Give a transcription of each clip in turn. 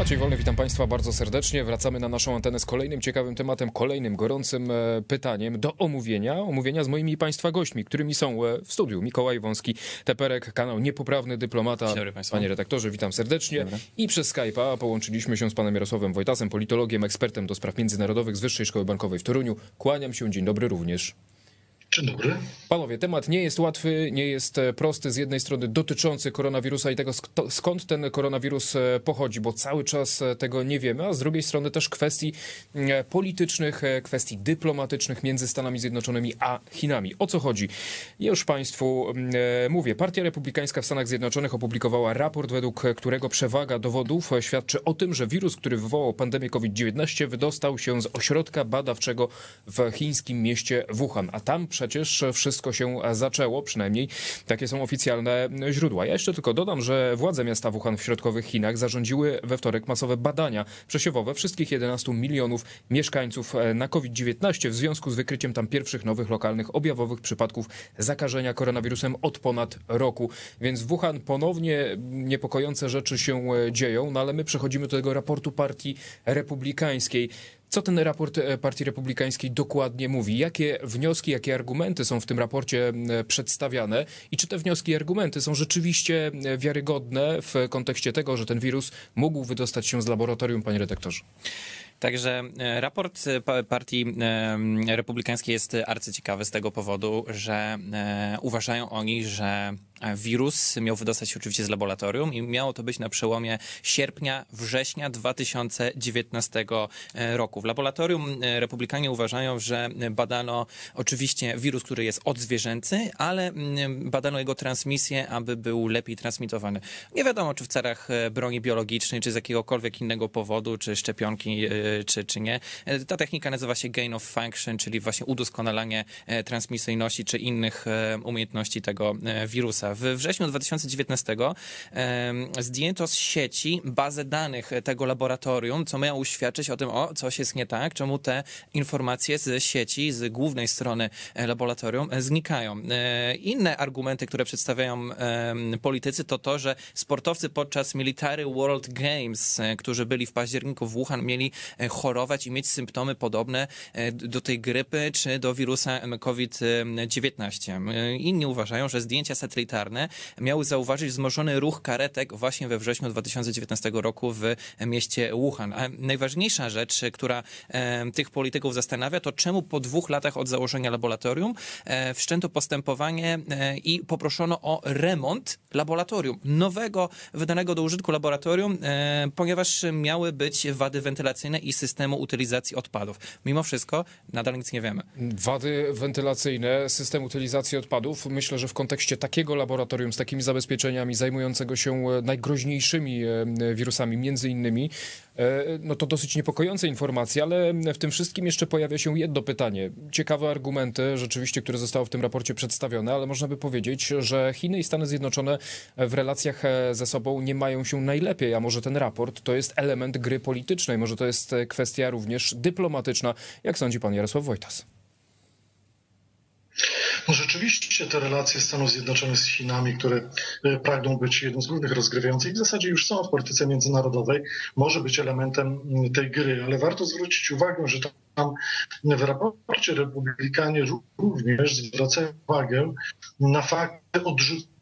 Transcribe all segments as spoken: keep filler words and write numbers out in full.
Maciej Wolny, witam Państwa bardzo serdecznie. Wracamy na naszą antenę z kolejnym ciekawym tematem, kolejnym gorącym pytaniem do omówienia. Omówienia z moimi Państwa gośćmi, którymi są w studiu Mikołaj Wąski, Teperek, kanał Niepoprawny Dyplomata. Dzień dobry Państwu. Panie redaktorze, witam serdecznie. Dobry. I przez Skype'a połączyliśmy się z panem Jarosławem Wojtasem, politologiem, ekspertem do spraw międzynarodowych z Wyższej Szkoły Bankowej w Toruniu. Kłaniam się, dzień dobry również. Dzień dobry. Panowie, temat nie jest łatwy, nie jest prosty. Z jednej strony dotyczący koronawirusa i tego, skąd ten koronawirus pochodzi, bo cały czas tego nie wiemy, a z drugiej strony też kwestii politycznych, kwestii dyplomatycznych między Stanami Zjednoczonymi a Chinami. O co chodzi? Ja już Państwu mówię. Partia Republikańska w Stanach Zjednoczonych opublikowała raport, według którego przewaga dowodów świadczy o tym, że wirus, który wywołał pandemię COVID dziewiętnaście, wydostał się z ośrodka badawczego w chińskim mieście Wuhan, a tam przecież wszystko się zaczęło, przynajmniej takie są oficjalne źródła. Ja jeszcze tylko dodam, że władze miasta Wuhan w środkowych Chinach zarządziły we wtorek masowe badania przesiewowe wszystkich jedenastu milionów mieszkańców na COVID dziewiętnaście w związku z wykryciem tam pierwszych nowych lokalnych objawowych przypadków zakażenia koronawirusem od ponad roku. Więc w Wuhan ponownie niepokojące rzeczy się dzieją, no ale my przechodzimy do tego raportu Partii Republikańskiej. Co ten raport Partii Republikańskiej dokładnie mówi? Jakie wnioski, jakie argumenty są w tym raporcie przedstawiane? I czy te wnioski i argumenty są rzeczywiście wiarygodne w kontekście tego, że ten wirus mógł wydostać się z laboratorium, panie redaktorze? Także raport Partii Republikańskiej jest arcyciekawy z tego powodu, że uważają oni, że wirus miał wydostać się oczywiście z laboratorium i miało to być na przełomie sierpnia, września dwa tysiące dziewiętnastego roku. W laboratorium Republikanie uważają, że badano oczywiście wirus, który jest odzwierzęcy, ale badano jego transmisję, aby był lepiej transmitowany. Nie wiadomo, czy w celach broni biologicznej, czy z jakiegokolwiek innego powodu, czy szczepionki, czy, czy nie. Ta technika nazywa się gain of function, czyli właśnie udoskonalanie transmisyjności, czy innych umiejętności tego wirusa. W wrześniu dwa tysiące dziewiętnastego zdjęto z sieci bazę danych tego laboratorium, co miało świadczyć o tym, o, coś jest nie tak, czemu te informacje z sieci, z głównej strony laboratorium znikają. Inne argumenty, które przedstawiają politycy, to to, że sportowcy podczas Military World Games, którzy byli w październiku w Wuhan, mieli chorować i mieć symptomy podobne do tej grypy, czy do wirusa COVID dziewiętnaście. Inni uważają, że zdjęcia satelitarne miały zauważyć wzmożony ruch karetek właśnie we wrześniu dwa tysiące dziewiętnastego roku w mieście Wuhan. A najważniejsza rzecz, która e, tych polityków zastanawia, to czemu po dwóch latach od założenia laboratorium e, wszczęto postępowanie e, i poproszono o remont laboratorium, nowego, wydanego do użytku laboratorium, e, ponieważ miały być wady wentylacyjne i systemu utylizacji odpadów. Mimo wszystko nadal nic nie wiemy. Wady wentylacyjne, system utylizacji odpadów. Myślę, że w kontekście takiego laboratorium z takimi zabezpieczeniami zajmującego się najgroźniejszymi wirusami, między innymi, no to dosyć niepokojące informacje, ale w tym wszystkim jeszcze pojawia się jedno pytanie. Ciekawe argumenty rzeczywiście, które zostały w tym raporcie przedstawione, ale można by powiedzieć, że Chiny i Stany Zjednoczone w relacjach ze sobą nie mają się najlepiej, a może ten raport to jest element gry politycznej, może to jest kwestia również dyplomatyczna. Jak sądzi pan Jarosław Wojtas? No rzeczywiście te relacje Stanów Zjednoczonych z Chinami, które pragną być jedną z głównych rozgrywających, w zasadzie już są w polityce międzynarodowej, może być elementem tej gry, ale warto zwrócić uwagę, że tam w raporcie Republikanie również zwracają uwagę na fakt odrzucenia.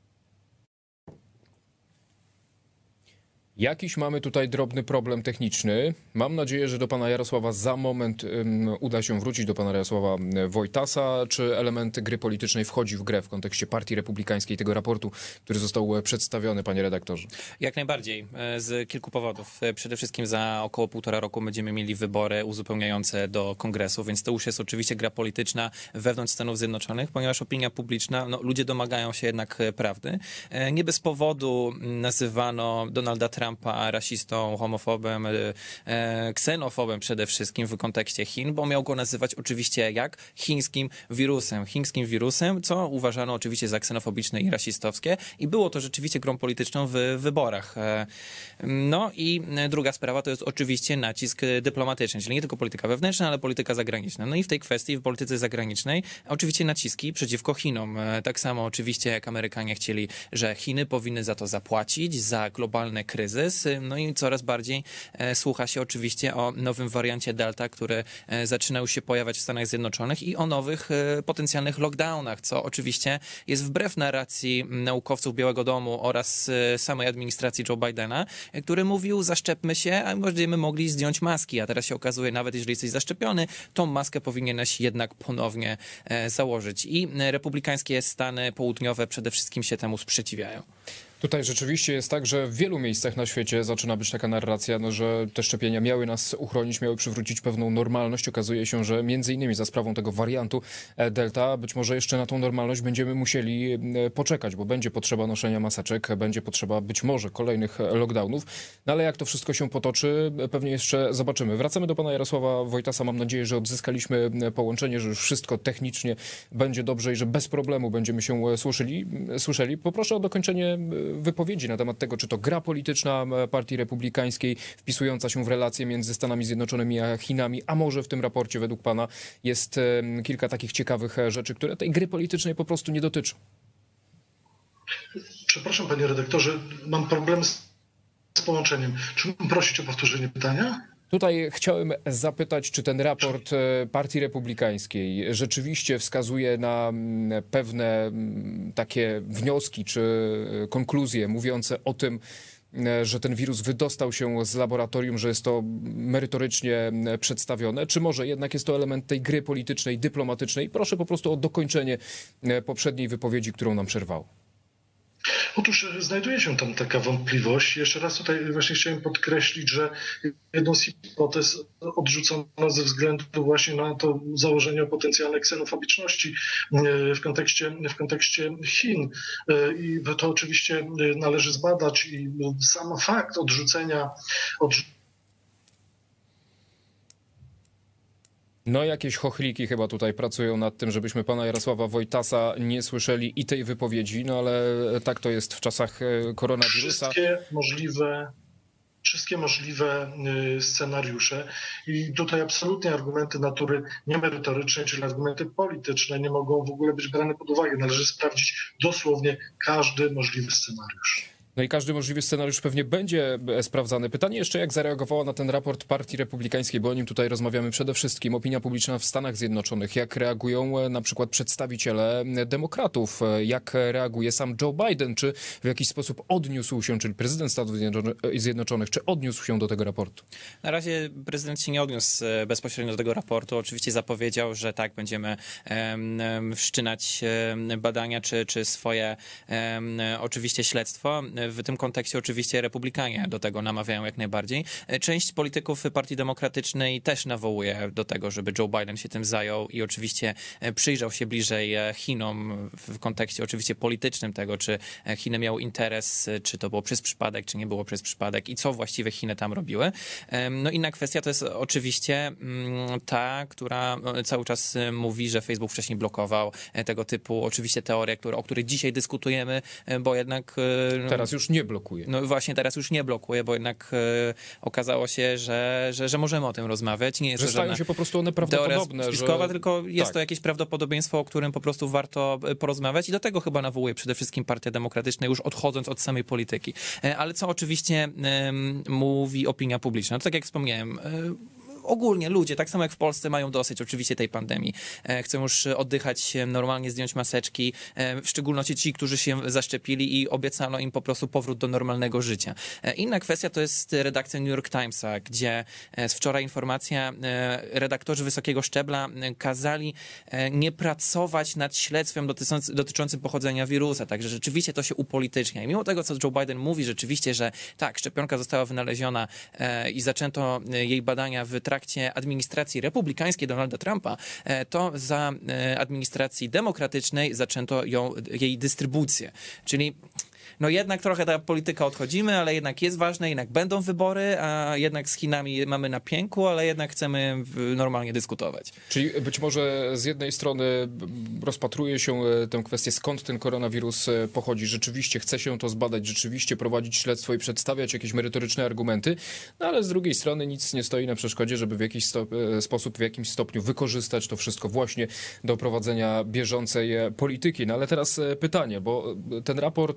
Jakiś mamy tutaj drobny problem techniczny. Mam nadzieję, że do pana Jarosława za moment um, uda się wrócić, do pana Jarosława Wojtasa. Czy element gry politycznej wchodzi w grę w kontekście Partii Republikańskiej, tego raportu, który został przedstawiony, panie redaktorze? Jak najbardziej, z kilku powodów. Przede wszystkim za około półtora roku będziemy mieli wybory uzupełniające do kongresu, więc to już jest oczywiście gra polityczna wewnątrz Stanów Zjednoczonych, ponieważ opinia publiczna, no, ludzie domagają się jednak prawdy. Nie bez powodu nazywano Donalda Trumpa Trumpa rasistą, homofobem, e, ksenofobem przede wszystkim w kontekście Chin, bo miał go nazywać oczywiście jak? Chińskim wirusem. Chińskim wirusem, co uważano oczywiście za ksenofobiczne i rasistowskie i było to rzeczywiście grą polityczną w wyborach. E, no i druga sprawa to jest oczywiście nacisk dyplomatyczny, czyli nie tylko polityka wewnętrzna, ale polityka zagraniczna. No i w tej kwestii, w polityce zagranicznej oczywiście naciski przeciwko Chinom. E, tak samo oczywiście jak Amerykanie chcieli, że Chiny powinny za to zapłacić, za globalne kryzys, kryzys. No i coraz bardziej słucha się oczywiście o nowym wariancie Delta, który zaczyna już się pojawiać w Stanach Zjednoczonych i o nowych potencjalnych lockdownach, co oczywiście jest wbrew narracji naukowców Białego Domu oraz samej administracji Joe Bidena, który mówił: zaszczepmy się, a będziemy mogli zdjąć maski, a teraz się okazuje, nawet jeżeli jesteś zaszczepiony, tą maskę powinieneś jednak ponownie założyć. I republikańskie Stany południowe przede wszystkim się temu sprzeciwiają. Tutaj rzeczywiście jest tak, że w wielu miejscach na świecie zaczyna być taka narracja, no, że te szczepienia miały nas uchronić, miały przywrócić pewną normalność. Okazuje się, że między innymi za sprawą tego wariantu Delta być może jeszcze na tą normalność będziemy musieli poczekać, bo będzie potrzeba noszenia maseczek, będzie potrzeba być może kolejnych lockdownów. No ale jak to wszystko się potoczy, pewnie jeszcze zobaczymy. Wracamy do pana Jarosława Wojtasa. Mam nadzieję, że odzyskaliśmy połączenie, że już wszystko technicznie będzie dobrze i że bez problemu będziemy się słyszeli. słyszeli. Poproszę o dokończenie wypowiedzi na temat tego, czy to gra polityczna Partii Republikańskiej wpisująca się w relacje między Stanami Zjednoczonymi a Chinami, a może w tym raporcie według pana jest kilka takich ciekawych rzeczy, które tej gry politycznej po prostu nie dotyczą. Przepraszam, panie redaktorze, mam problem z, z połączeniem. Czy mógłbym prosić o powtórzenie pytania? Tutaj chciałem zapytać, czy ten raport Partii Republikańskiej rzeczywiście wskazuje na pewne takie wnioski czy konkluzje mówiące o tym, że ten wirus wydostał się z laboratorium, że jest to merytorycznie przedstawione, czy może jednak jest to element tej gry politycznej, dyplomatycznej? Proszę po prostu o dokończenie poprzedniej wypowiedzi, którą nam przerwało. Otóż znajduje się tam taka wątpliwość. Jeszcze raz tutaj właśnie chciałem podkreślić, że jedną z hipotez odrzucono ze względu właśnie na to założenie o potencjalnej ksenofobiczności w kontekście, w kontekście Chin. I to oczywiście należy zbadać i sam fakt odrzucenia, odrzucenia No jakieś chochliki chyba tutaj pracują nad tym, żebyśmy pana Jarosława Wojtasa nie słyszeli i tej wypowiedzi, no ale tak to jest w czasach koronawirusa. Wszystkie możliwe, wszystkie możliwe scenariusze i tutaj absolutnie argumenty natury niemerytorycznej, czyli argumenty polityczne nie mogą w ogóle być brane pod uwagę. Należy sprawdzić dosłownie każdy możliwy scenariusz. No i każdy możliwy scenariusz pewnie będzie sprawdzany. Pytanie jeszcze, jak zareagowała na ten raport Partii Republikańskiej, bo o nim tutaj rozmawiamy przede wszystkim. Opinia publiczna w Stanach Zjednoczonych. Jak reagują na przykład przedstawiciele demokratów? Jak reaguje sam Joe Biden? Czy w jakiś sposób odniósł się, czyli prezydent Stanów Zjednoczonych, czy odniósł się do tego raportu? Na razie prezydent się nie odniósł bezpośrednio do tego raportu. Oczywiście zapowiedział, że tak, będziemy um, wszczynać badania, czy, czy swoje um, oczywiście śledztwo. W tym kontekście oczywiście republikanie do tego namawiają jak najbardziej. Część polityków Partii Demokratycznej też nawołuje do tego, żeby Joe Biden się tym zajął i oczywiście przyjrzał się bliżej Chinom w kontekście oczywiście politycznym tego, czy Chiny miały interes, czy to było przez przypadek, czy nie było przez przypadek i co właściwie Chiny tam robiły. No inna kwestia to jest oczywiście ta, która cały czas mówi, że Facebook wcześniej blokował tego typu oczywiście teorie, które, o których dzisiaj dyskutujemy, bo jednak... Teraz już nie blokuje. No właśnie, teraz już nie blokuje, bo jednak e, okazało się, że, że, że możemy o tym rozmawiać. Nie jest że to stają się po prostu one prawdopodobne. Spiskowa, że... tylko jest tak. to jakieś prawdopodobieństwo, o którym po prostu warto porozmawiać i do tego chyba nawołuje przede wszystkim Partia Demokratyczna, już odchodząc od samej polityki. E, ale co oczywiście e, mówi opinia publiczna? No, tak jak wspomniałem, e, ogólnie ludzie, tak samo jak w Polsce, mają dosyć oczywiście tej pandemii. Chcą już oddychać normalnie, zdjąć maseczki, w szczególności ci, którzy się zaszczepili i obiecano im po prostu powrót do normalnego życia. Inna kwestia to jest redakcja New York Timesa, gdzie z wczoraj informacja, redaktorzy wysokiego szczebla kazali nie pracować nad śledztwem dotyczącym, dotyczącym pochodzenia wirusa, także rzeczywiście to się upolitycznia. I mimo tego, co Joe Biden mówi, rzeczywiście, że tak, szczepionka została wynaleziona i zaczęto jej badania w trakcie administracji republikańskiej Donalda Trumpa, to za administracji demokratycznej zaczęto ją, jej dystrybucję. Czyli no jednak trochę ta polityka odchodzimy, ale jednak jest ważne, jednak będą wybory, a jednak z Chinami mamy na pięku, ale jednak chcemy normalnie dyskutować. Czyli być może z jednej strony rozpatruje się tę kwestię, skąd ten koronawirus pochodzi. Rzeczywiście chce się to zbadać, rzeczywiście prowadzić śledztwo i przedstawiać jakieś merytoryczne argumenty, no ale z drugiej strony nic nie stoi na przeszkodzie, żeby w jakiś stop- sposób, w jakimś stopniu wykorzystać to wszystko właśnie do prowadzenia bieżącej polityki. No ale teraz pytanie, bo ten raport nie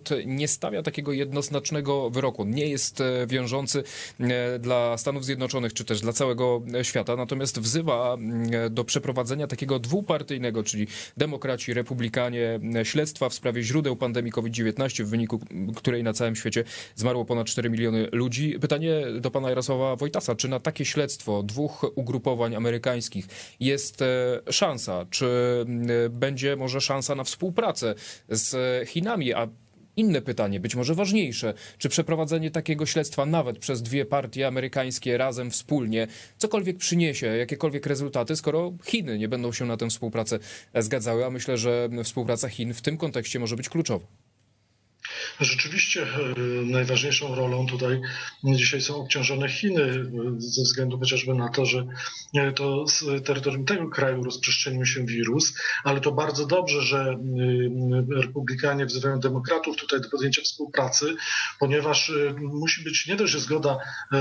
nie stawia takiego jednoznacznego wyroku. Nie jest wiążący dla Stanów Zjednoczonych, czy też dla całego świata, natomiast wzywa do przeprowadzenia takiego dwupartyjnego, czyli demokraci, republikanie, śledztwa w sprawie źródeł pandemii COVID dziewiętnaście, w wyniku której na całym świecie zmarło ponad cztery miliony ludzi. Pytanie do pana Jarosława Wojtasa, czy na takie śledztwo dwóch ugrupowań amerykańskich jest szansa? Czy będzie może szansa na współpracę z Chinami? A inne pytanie, być może ważniejsze, czy przeprowadzenie takiego śledztwa nawet przez dwie partie amerykańskie razem, wspólnie, cokolwiek przyniesie, jakiekolwiek rezultaty, skoro Chiny nie będą się na tę współpracę zgadzały, a myślę, że współpraca Chin w tym kontekście może być kluczowa. Rzeczywiście najważniejszą rolą tutaj dzisiaj są obciążone Chiny ze względu chociażby na to, że to z terytorium tego kraju rozprzestrzenił się wirus, ale to bardzo dobrze, że republikanie wzywają demokratów tutaj do podjęcia współpracy, ponieważ musi być nie dość, że zgoda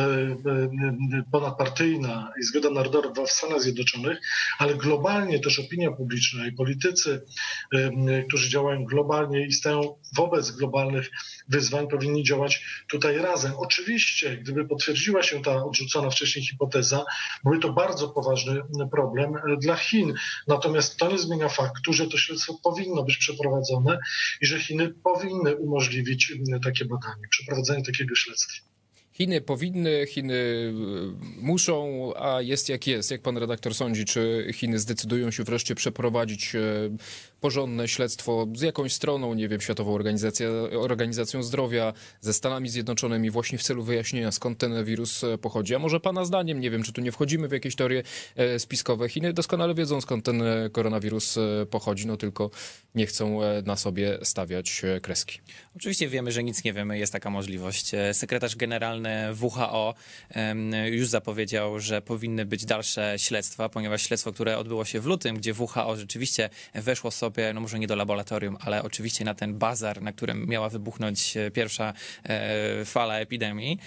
ponadpartyjna i zgoda narodowa w Stanach Zjednoczonych, ale globalnie też opinia publiczna i politycy, którzy działają globalnie i stają wobec globalnych wyzwań, powinni działać tutaj razem. Oczywiście, gdyby potwierdziła się ta odrzucona wcześniej hipoteza, byłby to bardzo poważny problem dla Chin. Natomiast to nie zmienia faktu, że to śledztwo powinno być przeprowadzone i że Chiny powinny umożliwić takie badanie, przeprowadzenie takiego śledztwa. Chiny powinny, Chiny muszą, a jest jak jest. Jak pan redaktor sądzi, czy Chiny zdecydują się wreszcie przeprowadzić porządne śledztwo z jakąś stroną, nie wiem, Światową Organizacją, Organizacją Zdrowia, ze Stanami Zjednoczonymi właśnie w celu wyjaśnienia, skąd ten wirus pochodzi? A może pana zdaniem, nie wiem, czy tu nie wchodzimy w jakieś teorie spiskowe, Chiny doskonale wiedzą, skąd ten koronawirus pochodzi, no tylko nie chcą na sobie stawiać kreski. Oczywiście wiemy, że nic nie wiemy, jest taka możliwość. Sekretarz generalny W H O już zapowiedział, że powinny być dalsze śledztwa, ponieważ śledztwo, które odbyło się w lutym, gdzie W H O rzeczywiście weszło sobie, no może nie do laboratorium, ale oczywiście na ten bazar, na którym miała wybuchnąć pierwsza fala epidemii,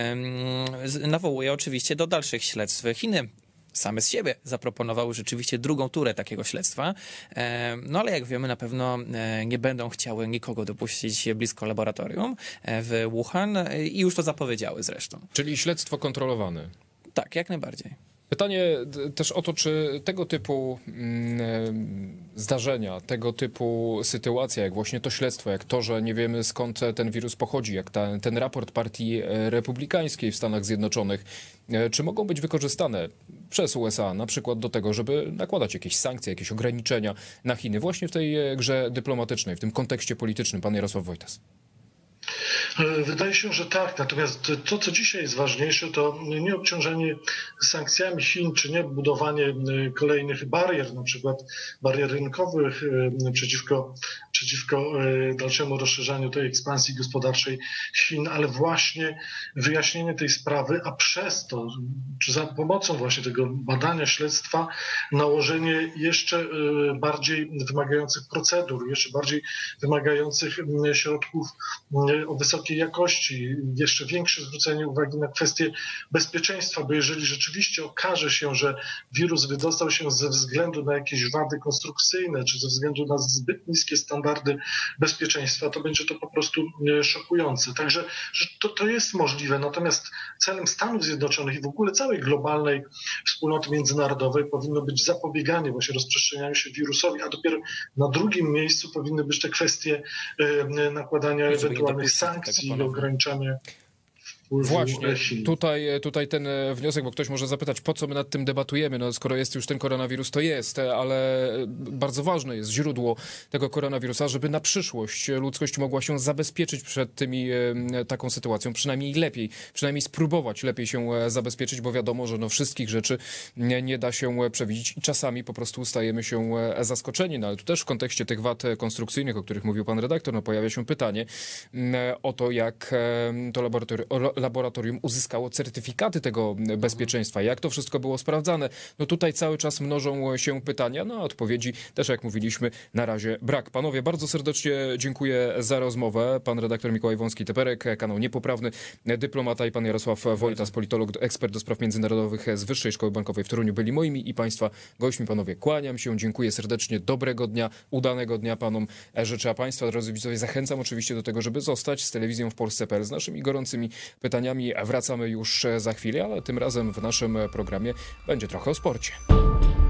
nawołuje oczywiście do dalszych śledztw. Chiny same z siebie zaproponowały rzeczywiście drugą turę takiego śledztwa. No ale jak wiemy, na pewno nie będą chciały nikogo dopuścić blisko laboratorium w Wuhan i już to zapowiedziały zresztą. Czyli śledztwo kontrolowane. Tak, jak najbardziej. Pytanie też o to, czy tego typu zdarzenia, tego typu sytuacja, jak właśnie to śledztwo, jak to, że nie wiemy skąd ten wirus pochodzi, jak ta, ten raport partii republikańskiej w Stanach Zjednoczonych, czy mogą być wykorzystane przez U S A na przykład do tego, żeby nakładać jakieś sankcje, jakieś ograniczenia na Chiny właśnie w tej grze dyplomatycznej, w tym kontekście politycznym? Pan Jarosław Wojtas. Wydaje się, że tak, natomiast to, co dzisiaj jest ważniejsze, to nie obciążenie sankcjami Chin, czy nie budowanie kolejnych barier, na przykład barier rynkowych przeciwko, przeciwko dalszemu rozszerzaniu tej ekspansji gospodarczej Chin, ale właśnie wyjaśnienie tej sprawy, a przez to, czy za pomocą właśnie tego badania, śledztwa, nałożenie jeszcze bardziej wymagających procedur, jeszcze bardziej wymagających środków o wysokiej jakości, jeszcze większe zwrócenie uwagi na kwestie bezpieczeństwa, bo jeżeli rzeczywiście okaże się, że wirus wydostał się ze względu na jakieś wady konstrukcyjne, czy ze względu na zbyt niskie standardy bezpieczeństwa, to będzie to po prostu szokujące. Także to, to jest możliwe, natomiast celem Stanów Zjednoczonych i w ogóle całej globalnej wspólnoty międzynarodowej powinno być zapobieganie właśnie rozprzestrzenianiu się wirusowi, a dopiero na drugim miejscu powinny być te kwestie nakładania ewentualnych sankcji i ograniczania. Właśnie, tutaj, tutaj ten wniosek, bo ktoś może zapytać, po co my nad tym debatujemy, no skoro jest już ten koronawirus, to jest, ale bardzo ważne jest źródło tego koronawirusa, żeby na przyszłość ludzkość mogła się zabezpieczyć przed tymi taką sytuacją, przynajmniej lepiej, przynajmniej spróbować lepiej się zabezpieczyć, bo wiadomo, że no wszystkich rzeczy nie, nie da się przewidzieć i czasami po prostu stajemy się zaskoczeni, no ale tu też w kontekście tych wad konstrukcyjnych, o których mówił pan redaktor, no pojawia się pytanie o to, jak to laboratorium laboratorium uzyskało certyfikaty tego bezpieczeństwa? Jak to wszystko było sprawdzane? No tutaj cały czas mnożą się pytania, no a odpowiedzi też, jak mówiliśmy, na razie brak. Panowie, bardzo serdecznie dziękuję za rozmowę. Pan redaktor Mikołaj Wąski-Teperek, kanał Niepoprawny, dyplomata, i pan Jarosław Wojtas, politolog, ekspert do spraw międzynarodowych z Wyższej Szkoły Bankowej w Toruniu, byli moimi i państwa gośćmi. Panowie, kłaniam się, dziękuję serdecznie, dobrego dnia, udanego dnia panom życzę, a państwa, drodzy widzowie, zachęcam oczywiście do tego, żeby zostać z telewizją w Polsce kropka p l z naszymi gorącymi pytaniami. Wracamy już za chwilę, ale tym razem w naszym programie będzie trochę o sporcie.